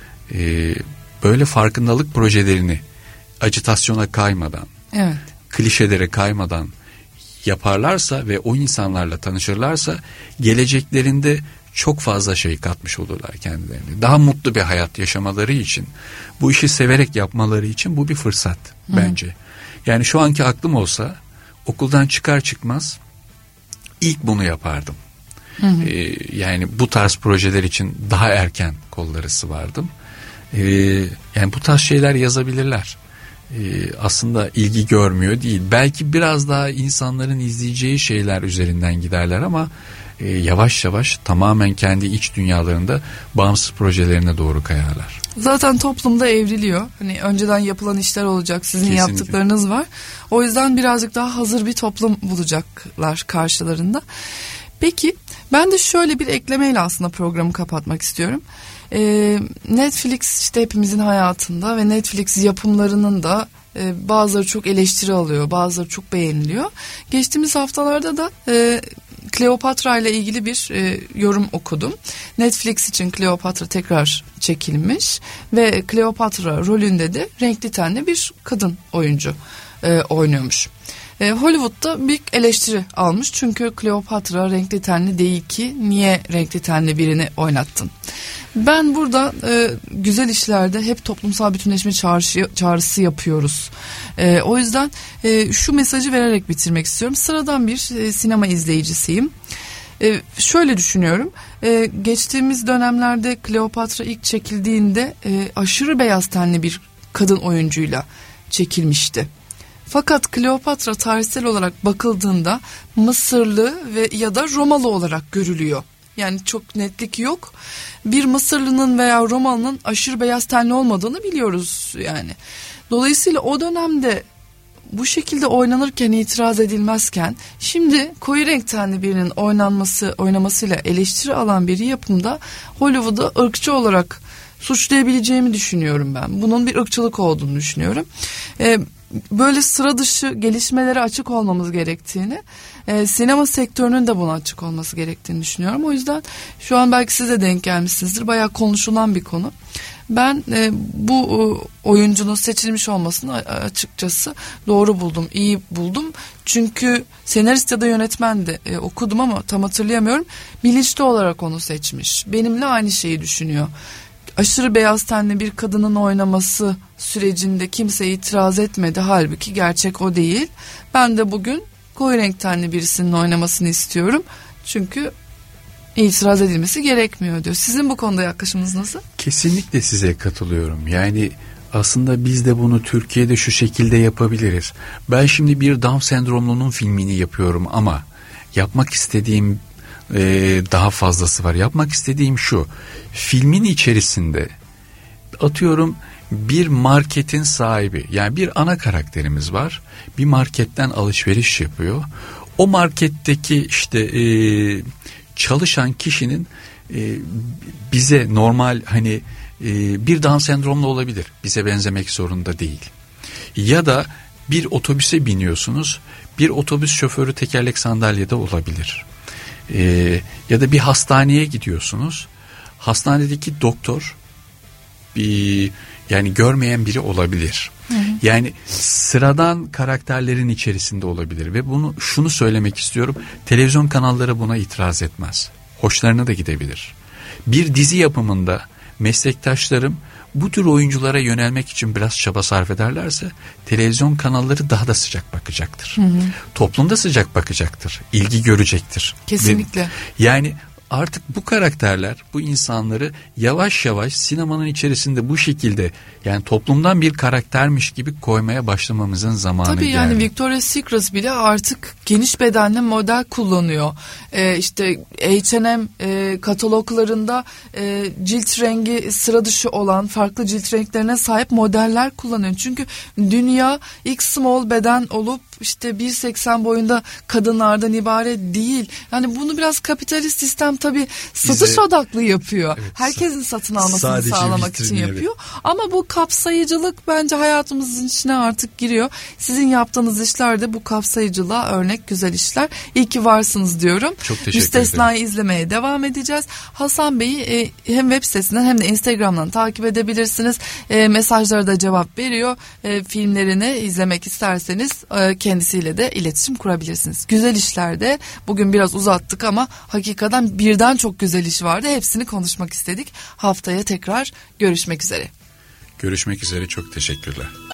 böyle farkındalık projelerini acitasyona kaymadan, evet, klişelere kaymadan yaparlarsa ve o insanlarla tanışırlarsa, geleceklerinde çok fazla şey katmış olurlar kendilerine. Daha mutlu bir hayat yaşamaları için, bu işi severek yapmaları için bu bir fırsat bence. Yani şu anki aklım olsa okuldan çıkar çıkmaz ilk bunu yapardım. Yani bu tarz projeler için daha erken kolları sıvardım. Yani bu tarz şeyler yazabilirler. Aslında ilgi görmüyor değil. Belki biraz daha insanların izleyeceği şeyler üzerinden giderler ama yavaş yavaş tamamen kendi iç dünyalarında bağımsız projelerine doğru kayarlar. Zaten toplumda evriliyor. Hani önceden yapılan işler olacak, sizin kesinlikle yaptıklarınız var. O yüzden birazcık daha hazır bir toplum bulacaklar karşılarında. Peki ben de şöyle bir eklemeyle aslında programı kapatmak istiyorum. Netflix işte hepimizin hayatında ve Netflix yapımlarının da bazıları çok eleştiri alıyor, bazıları çok beğeniliyor. Geçtiğimiz haftalarda da Kleopatra ile ilgili bir yorum okudum. Netflix için Kleopatra tekrar çekilmiş ve Kleopatra rolünde de renkli tenli bir kadın oyuncu oynuyormuş. Hollywood'da büyük eleştiri almış çünkü Kleopatra renkli tenli değil ki, niye renkli tenli birini oynattın? Ben burada güzel işlerde hep toplumsal bütünleşme çağrısı yapıyoruz. O yüzden şu mesajı vererek bitirmek istiyorum. Sıradan bir sinema izleyicisiyim. Şöyle düşünüyorum. Geçtiğimiz dönemlerde Kleopatra ilk çekildiğinde aşırı beyaz tenli bir kadın oyuncuyla çekilmişti. Fakat Kleopatra tarihsel olarak bakıldığında Mısırlı ve ya da Romalı olarak görülüyor. Yani çok netlik yok. Bir Mısırlı'nın veya Romalı'nın aşırı beyaz tenli olmadığını biliyoruz yani. Dolayısıyla o dönemde bu şekilde oynanırken itiraz edilmezken, şimdi koyu renk tenli birinin oynamasıyla eleştiri alan bir yapımda Hollywood'u ırkçı olarak suçlayabileceğimi düşünüyorum ben. Bunun bir ırkçılık olduğunu düşünüyorum. Böyle sıra dışı gelişmelere açık olmamız gerektiğini, sinema sektörünün de buna açık olması gerektiğini düşünüyorum. O yüzden şu an belki siz de denk gelmişsinizdir. Bayağı konuşulan bir konu. Ben bu oyuncunun seçilmiş olmasını açıkçası doğru buldum, iyi buldum. Çünkü senarist ya da yönetmen de okudum ama tam hatırlayamıyorum. Bilinçli olarak onu seçmiş. Benimle aynı şeyi düşünüyor. Aşırı beyaz tenli bir kadının oynaması sürecinde kimse itiraz etmedi. Halbuki gerçek o değil. Ben de bugün koyu renk tenli birisinin oynamasını istiyorum. Çünkü itiraz edilmesi gerekmiyor diyor. Sizin bu konuda yaklaşımınız nasıl? Kesinlikle size katılıyorum. Yani aslında biz de bunu Türkiye'de şu şekilde yapabiliriz. Ben şimdi bir Down sendromlunun filmini yapıyorum ama yapmak istediğim daha fazlası var. Yapmak istediğim şu: filmin içerisinde atıyorum bir marketin sahibi, yani bir ana karakterimiz var, bir marketten alışveriş yapıyor. O marketteki işte çalışan kişinin bize normal hani bir Down sendromlu olabilir, bize benzemek zorunda değil. Ya da bir otobüse biniyorsunuz, bir otobüs şoförü tekerlek sandalyede olabilir. Ya da bir hastaneye gidiyorsunuz, hastanedeki doktor yani görmeyen biri olabilir. Hı hı. Yani sıradan karakterlerin içerisinde olabilir ve şunu söylemek istiyorum: televizyon kanalları buna itiraz etmez, hoşlarına da gidebilir. Bir dizi yapımında meslektaşlarım bu tür oyunculara yönelmek için biraz çaba sarf ederlerse televizyon kanalları daha da sıcak bakacaktır. Hı hı. Toplumda sıcak bakacaktır, ilgi görecektir. Kesinlikle. Yani artık bu karakterler, bu insanları yavaş yavaş sinemanın içerisinde bu şekilde, yani toplumdan bir karaktermiş gibi koymaya başlamamızın zamanı Tabii geldi. yani Victoria's Secret bile artık geniş bedenli model kullanıyor. İşte H&M kataloglarında cilt rengi sıra dışı olan, farklı cilt renklerine sahip modeller kullanıyor. Çünkü dünya ilk small beden olup işte 1.80 boyunda kadınlardan ibaret değil. Yani bunu biraz kapitalist sistem tabii satış odaklı yapıyor. Evet, herkesin satın almasını sağlamak için yapıyor. Ama bu kapsayıcılık bence hayatımızın içine artık giriyor. Sizin yaptığınız işler de bu kapsayıcılığa örnek güzel işler. İyi ki varsınız diyorum. Çok teşekkür ederim. Müstesna'yı izlemeye devam edeceğiz. Hasan Bey'i hem web sitesinden hem de Instagram'dan takip edebilirsiniz. Mesajlara da cevap veriyor. Filmlerini izlemek isterseniz kendisiyle de iletişim kurabilirsiniz. Güzel işlerde bugün biraz uzattık ama hakikaten birden çok güzel iş vardı. Hepsini konuşmak istedik. Haftaya tekrar görüşmek üzere. Görüşmek üzere, çok teşekkürler.